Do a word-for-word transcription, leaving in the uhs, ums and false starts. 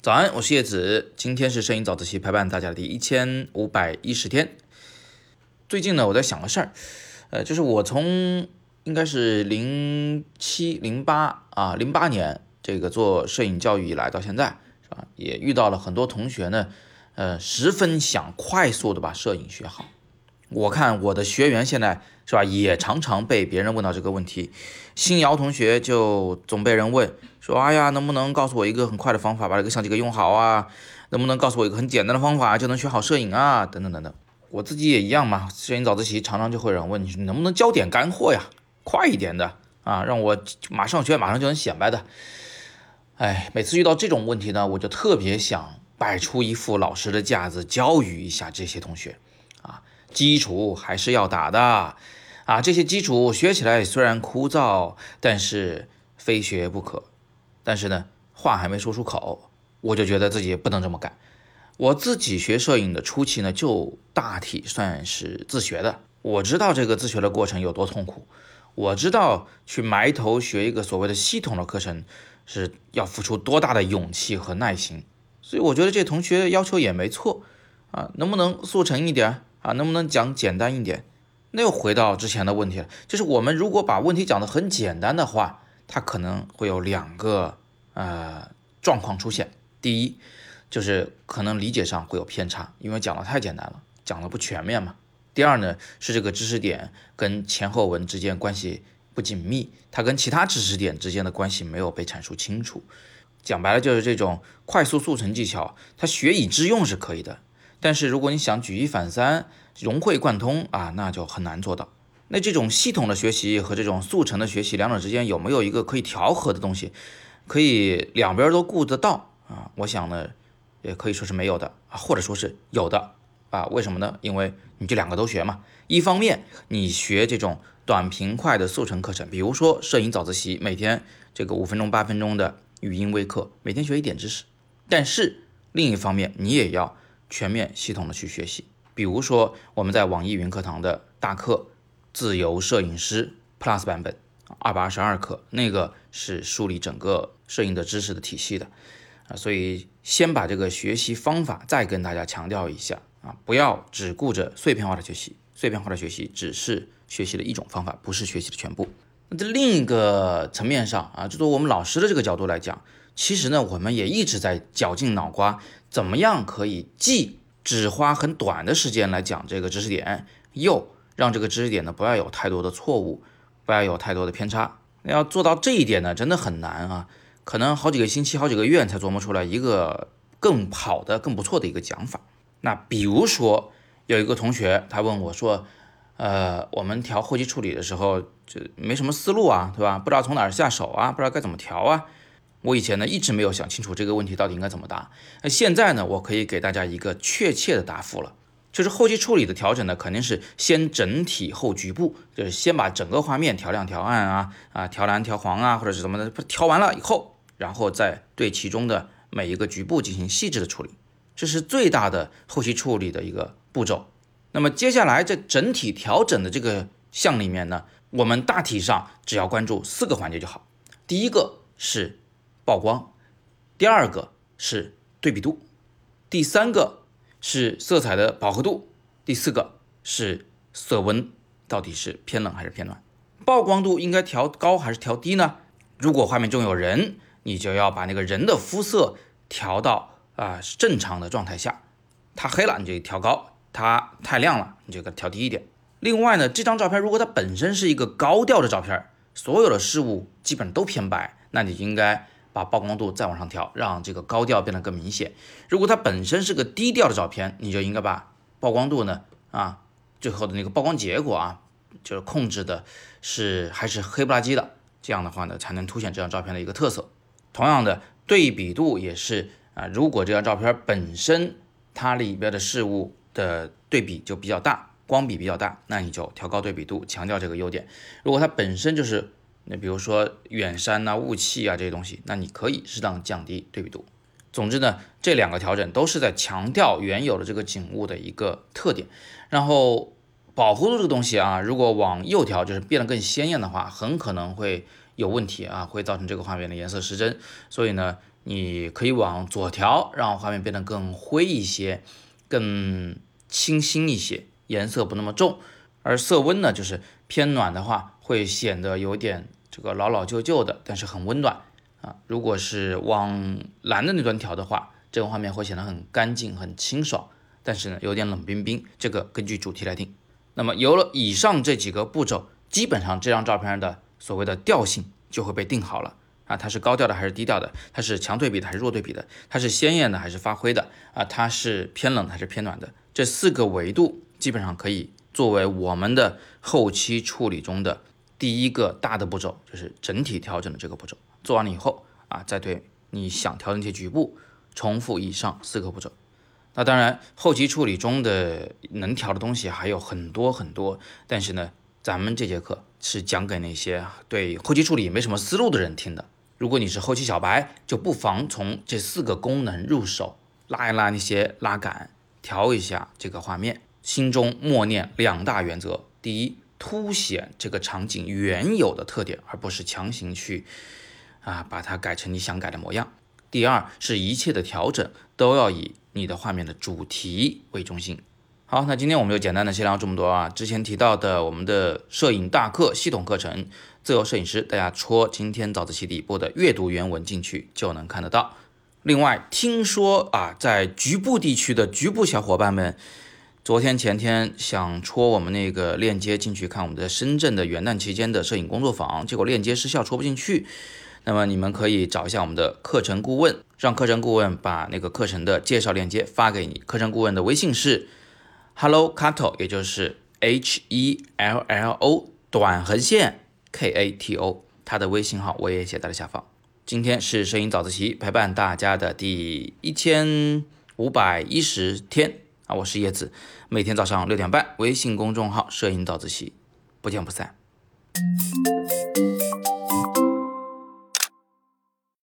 早安，我是叶子，今天是摄影早自习陪伴大家的第一千五百一十天。最近呢，我在想个事儿，呃，就是我从应该是零七零八啊零八年这个做摄影教育以来到现在，是吧？也遇到了很多同学呢，呃，十分想快速的把摄影学好。我看我的学员现在是吧，也常常被别人问到这个问题。新瑶同学就总被人问说，哎呀，能不能告诉我一个很快的方法把这个相机给用好啊？能不能告诉我一个很简单的方法就能学好摄影啊？等等等等。我自己也一样嘛，摄影早自习常常就会有人问你，能不能教点干货呀，快一点的啊，让我马上学马上就能显摆的。哎，每次遇到这种问题呢，我就特别想摆出一副老师的架子，教育一下这些同学啊。基础还是要打的啊，这些基础学起来虽然枯燥，但是非学不可。但是呢，话还没说出口，我就觉得自己不能这么干。我自己学摄影的初期呢，就大体算是自学的。我知道这个自学的过程有多痛苦，我知道去埋头学一个所谓的系统的课程是要付出多大的勇气和耐心。所以我觉得这同学要求也没错啊，能不能速成一点啊？能不能讲简单一点？那又回到之前的问题了，就是我们如果把问题讲得很简单的话，它可能会有两个呃状况出现。第一，就是可能理解上会有偏差，因为讲得太简单了，讲得不全面嘛。第二呢，是这个知识点跟前后文之间关系不紧密，它跟其他知识点之间的关系没有被阐述清楚。讲白了就是这种快速速成技巧，它学以致用是可以的，但是如果你想举一反三，融会贯通啊，那就很难做到。那这种系统的学习和这种速成的学习，两者之间有没有一个可以调和的东西，可以两边都顾得到啊？我想呢，也可以说是没有的啊，或者说是有的啊。为什么呢？因为你这两个都学嘛。一方面，你学这种短平快的速成课程，比如说摄影早自习，每天这个五分钟、八分钟的语音微课，每天学一点知识。但是另一方面，你也要全面系统的去学习。比如说我们在网易云课堂的大课自由摄影师 Plus 版本二百二十二课，那个是梳理整个摄影的知识的体系的啊，所以先把这个学习方法再跟大家强调一下啊，不要只顾着碎片化的学习，碎片化的学习只是学习的一种方法，不是学习的全部。那在另一个层面上啊，就从我们老师的这个角度来讲，其实呢，我们也一直在绞尽脑瓜，怎么样可以既只花很短的时间来讲这个知识点，又让这个知识点呢不要有太多的错误，不要有太多的偏差。要做到这一点呢，真的很难啊，可能好几个星期、好几个月才琢磨出来一个更好的、更不错的一个讲法。那比如说有一个同学他问我说，呃，我们调后期处理的时候就没什么思路啊，对吧？不知道从哪儿下手啊，不知道该怎么调啊。我以前呢一直没有想清楚这个问题到底应该怎么答，那现在呢我可以给大家一个确切的答复了，就是后期处理的调整呢肯定是先整体后局部，就是先把整个画面调亮调暗啊啊调蓝调黄啊或者是什么的调完了以后，然后再对其中的每一个局部进行细致的处理，这是最大的后期处理的一个步骤。那么接下来在整体调整的这个项里面呢，我们大体上只要关注四个环节就好。第一个是曝光，第二个是对比度，第三个是色彩的饱和度，第四个是色温到底是偏冷还是偏暖。曝光度应该调高还是调低呢？如果画面中有人，你就要把那个人的肤色调到啊、呃、正常的状态下，它黑了你就调高，它太亮了你就给它调低一点。另外呢，这张照片如果它本身是一个高调的照片，所有的事物基本都偏白，那你应该把曝光度再往上调，让这个高调变得更明显。如果它本身是个低调的照片，你就应该把曝光度呢啊，最后的那个曝光结果啊，就是控制的是还是黑不拉几的，这样的话呢，才能凸显这张照片的一个特色。同样的，对比度也是啊，如果这张照片本身它里边的事物的对比就比较大，光比比较大，那你就调高对比度，强调这个优点。如果它本身就是那比如说远山啊、雾气啊这些东西，那你可以适当降低对比度。总之呢，这两个调整都是在强调原有的这个景物的一个特点。然后饱和度这个东西啊，如果往右调，就是变得更鲜艳的话，很可能会有问题啊，会造成这个画面的颜色失真。所以呢，你可以往左调，让画面变得更灰一些，更清新一些，颜色不那么重。而色温呢，就是偏暖的话，会显得有点这个老老旧旧的，但是很温暖啊。如果是往蓝的那端调的话，这个画面会显得很干净、很清爽，但是呢，有点冷冰冰。这个根据主题来定。那么有了以上这几个步骤，基本上这张照片的所谓的调性就会被定好了啊，它是高调的还是低调的，它是强对比的还是弱对比的，它是鲜艳的还是发灰的啊，它是偏冷的还是偏暖的，这四个维度基本上可以作为我们的后期处理中的第一个大的步骤，就是整体调整的这个步骤。做完了以后啊，再对你想调整这些局部重复以上四个步骤。那当然，后期处理中的能调的东西还有很多很多，但是呢，咱们这节课是讲给那些对后期处理没什么思路的人听的。如果你是后期小白，就不妨从这四个功能入手，拉一拉那些拉杆，调一下这个画面，心中默念两大原则：第一，凸显这个场景原有的特点，而不是强行去啊把它改成你想改的模样；第二，是一切的调整都要以你的画面的主题为中心。好，那今天我们就简单的先聊这么多啊。之前提到的我们的摄影大课系统课程，自由摄影师，大家戳今天早自习底部的阅读原文进去就能看得到。另外，听说啊，在局部地区的局部小伙伴们，昨天前天想戳我们那个链接进去看我们的深圳的元旦期间的摄影工作坊，结果链接失效戳不进去。那么你们可以找一下我们的课程顾问，让课程顾问把那个课程的介绍链接发给你。课程顾问的微信是 Hello Kato， 也就是 H E L L O 短横线 K A T O， 他的微信号我也写在了下方。今天是摄影早自习陪伴大家的第一千五百一十天啊，我是叶子，每天早上六点半，微信公众号摄影早自习，不见不散。